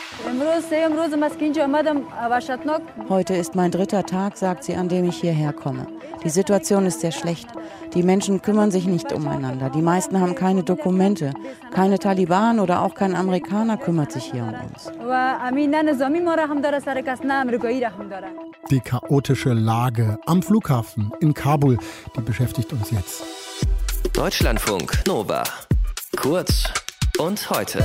Heute ist mein 3. Tag, sagt sie, an dem ich hierher komme. Die Situation ist sehr schlecht. Die Menschen kümmern sich nicht umeinander. Die meisten haben keine Dokumente. Keine Taliban oder auch kein Amerikaner kümmert sich hier um uns. Die chaotische Lage am Flughafen in Kabul, die beschäftigt uns jetzt. Deutschlandfunk Nova. Kurz und heute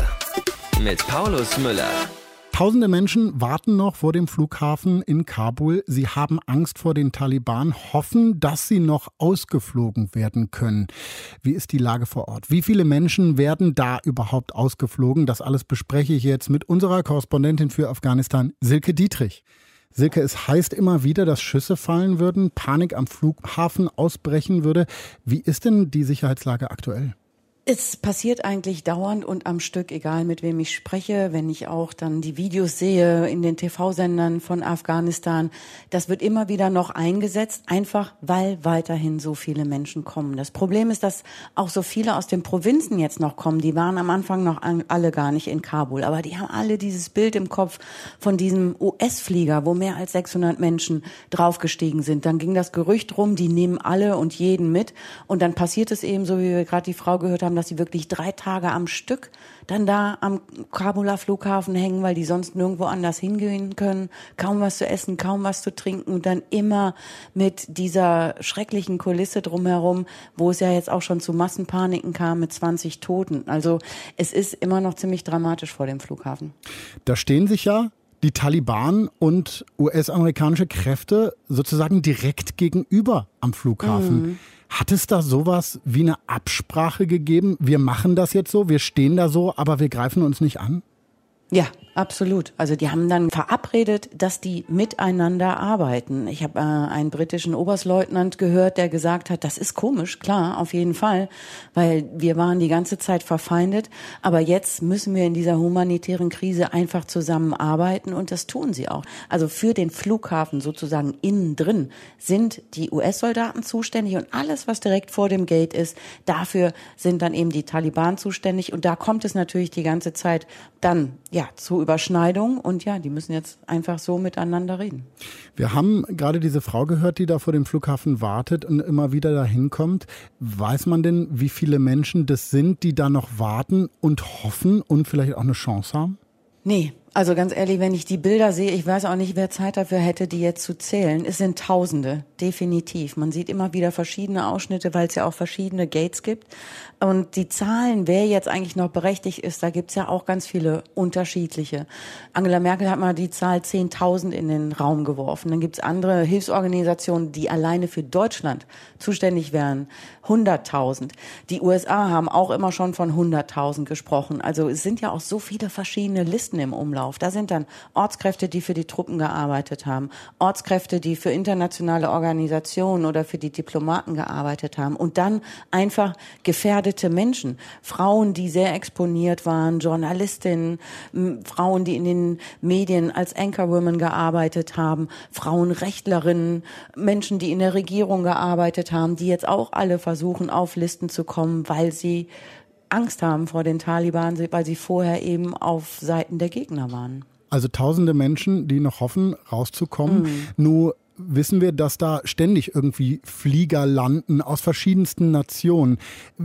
mit Paulus Müller. Tausende Menschen warten noch vor dem Flughafen in Kabul. Sie haben Angst vor den Taliban, hoffen, dass sie noch ausgeflogen werden können. Wie ist die Lage vor Ort? Wie viele Menschen werden da überhaupt ausgeflogen? Das alles bespreche ich jetzt mit unserer Korrespondentin für Afghanistan, Silke Dietrich. Silke, es heißt immer wieder, dass Schüsse fallen würden, Panik am Flughafen ausbrechen würde. Wie ist denn die Sicherheitslage aktuell? Es passiert eigentlich dauernd und am Stück, egal mit wem ich spreche, wenn ich auch dann die Videos sehe in den TV-Sendern von Afghanistan. Das wird immer wieder noch eingesetzt, einfach weil weiterhin so viele Menschen kommen. Das Problem ist, dass auch so viele aus den Provinzen jetzt noch kommen. Die waren am Anfang noch alle gar nicht in Kabul, aber die haben alle dieses Bild im Kopf von diesem US-Flieger, wo mehr als 600 Menschen draufgestiegen sind. Dann ging das Gerücht rum, die nehmen alle und jeden mit. Und dann passiert es eben so, wie wir gerade die Frau gehört haben, dass sie wirklich 3 Tage am Stück dann da am Kabuler Flughafen hängen, weil die sonst nirgendwo anders hingehen können. Kaum was zu essen, kaum was zu trinken und dann immer mit dieser schrecklichen Kulisse drumherum, wo es ja jetzt auch schon zu Massenpaniken kam mit 20 Toten. Also es ist immer noch ziemlich dramatisch vor dem Flughafen. Da stehen sich ja die Taliban und US-amerikanische Kräfte sozusagen direkt gegenüber am Flughafen. Hat es da sowas wie eine Absprache gegeben? Wir machen das jetzt so, wir stehen da so, aber wir greifen uns nicht an? Ja, absolut. Also die haben dann verabredet, dass die miteinander arbeiten. Ich habe einen britischen Oberstleutnant gehört, der gesagt hat, das ist komisch, klar, auf jeden Fall, weil wir waren die ganze Zeit verfeindet, aber jetzt müssen wir in dieser humanitären Krise einfach zusammenarbeiten und das tun sie auch. Also für den Flughafen sozusagen innen drin sind die US-Soldaten zuständig und alles, was direkt vor dem Gate ist, dafür sind dann eben die Taliban zuständig und da kommt es natürlich die ganze Zeit dann zu Überschneidungen und die müssen jetzt einfach so miteinander reden. Wir haben gerade diese Frau gehört, die da vor dem Flughafen wartet und immer wieder dahin kommt. Weiß man denn, wie viele Menschen das sind, die da noch warten und hoffen und vielleicht auch eine Chance haben? Nee. Also ganz ehrlich, wenn ich die Bilder sehe, ich weiß auch nicht, wer Zeit dafür hätte, die jetzt zu zählen. Es sind Tausende, definitiv. Man sieht immer wieder verschiedene Ausschnitte, weil es ja auch verschiedene Gates gibt. Und die Zahlen, wer jetzt eigentlich noch berechtigt ist, da gibt's ja auch ganz viele unterschiedliche. Angela Merkel hat mal die Zahl 10.000 in den Raum geworfen. Dann gibt's andere Hilfsorganisationen, die alleine für Deutschland zuständig wären. 100.000. Die USA haben auch immer schon von 100.000 gesprochen. Also es sind ja auch so viele verschiedene Listen im Umlauf. Da sind dann Ortskräfte, die für die Truppen gearbeitet haben, Ortskräfte, die für internationale Organisationen oder für die Diplomaten gearbeitet haben und dann einfach gefährdete Menschen, Frauen, die sehr exponiert waren, Journalistinnen, Frauen, die in den Medien als Anchorwomen gearbeitet haben, Frauenrechtlerinnen, Menschen, die in der Regierung gearbeitet haben, die jetzt auch alle versuchen, auf Listen zu kommen, weil sie Angst haben vor den Taliban, weil sie vorher eben auf Seiten der Gegner waren. Also tausende Menschen, die noch hoffen, rauszukommen. Nur wissen wir, dass da ständig irgendwie Flieger landen aus verschiedensten Nationen.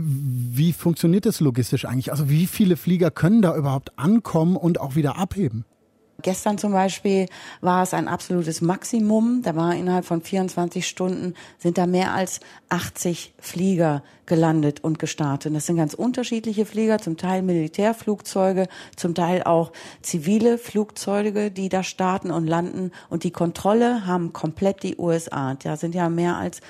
Wie funktioniert das logistisch eigentlich? Also wie viele Flieger können da überhaupt ankommen und auch wieder abheben? Gestern zum Beispiel war es ein absolutes Maximum. Da war innerhalb von 24 Stunden sind da mehr als 80 Flieger gelandet und gestartet. Das sind ganz unterschiedliche Flieger, zum Teil Militärflugzeuge, zum Teil auch zivile Flugzeuge, die da starten und landen. Und die Kontrolle haben komplett die USA. Da sind ja mehr als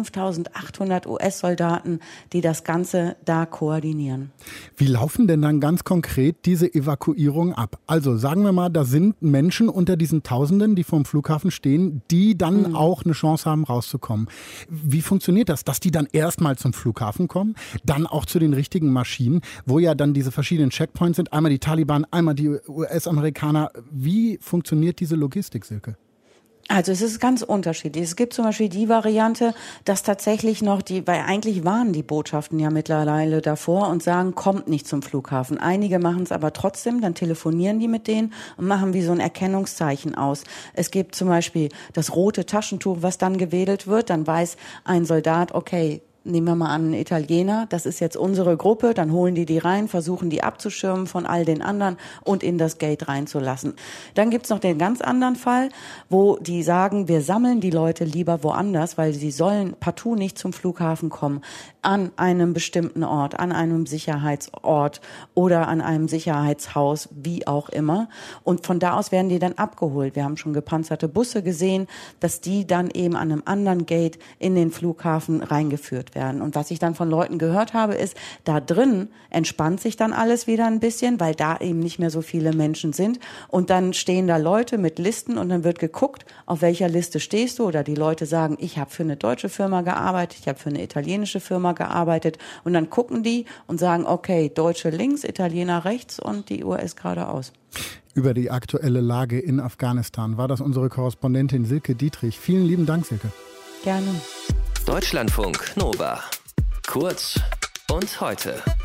5.800 US-Soldaten, die das Ganze da koordinieren. Wie laufen denn dann ganz konkret diese Evakuierungen ab? Also sagen wir mal, da sind Menschen unter diesen Tausenden, die vom Flughafen stehen, die dann auch eine Chance haben, rauszukommen. Wie funktioniert das, dass die dann erstmal zum Flughafen kommen, dann auch zu den richtigen Maschinen, wo ja dann diese verschiedenen Checkpoints sind, einmal die Taliban, einmal die US-Amerikaner. Wie funktioniert diese Logistik, Silke? Also es ist ganz unterschiedlich. Es gibt zum Beispiel die Variante, dass tatsächlich noch weil eigentlich warnen die Botschaften ja mittlerweile davor und sagen, kommt nicht zum Flughafen. Einige machen es aber trotzdem, dann telefonieren die mit denen und machen wie so ein Erkennungszeichen aus. Es gibt zum Beispiel das rote Taschentuch, was dann gewedelt wird, dann weiß ein Soldat, okay, nehmen wir mal an, einen Italiener, das ist jetzt unsere Gruppe, dann holen die rein, versuchen die abzuschirmen von all den anderen und in das Gate reinzulassen. Dann gibt's noch den ganz anderen Fall, wo die sagen, wir sammeln die Leute lieber woanders, weil sie sollen partout nicht zum Flughafen kommen, an einem bestimmten Ort, an einem Sicherheitsort oder an einem Sicherheitshaus, wie auch immer. Und von da aus werden die dann abgeholt. Wir haben schon gepanzerte Busse gesehen, dass die dann eben an einem anderen Gate in den Flughafen reingeführt werden. Und was ich dann von Leuten gehört habe, ist, da drin entspannt sich dann alles wieder ein bisschen, weil da eben nicht mehr so viele Menschen sind. Und dann stehen da Leute mit Listen und dann wird geguckt, auf welcher Liste stehst du. Oder die Leute sagen, ich habe für eine deutsche Firma gearbeitet, ich habe für eine italienische Firma gearbeitet. Und dann gucken die und sagen, okay, Deutsche links, Italiener rechts und die US geradeaus. Über die aktuelle Lage in Afghanistan war das unsere Korrespondentin Silke Dietrich. Vielen lieben Dank, Silke. Gerne. Deutschlandfunk Nova. Kurz und heute.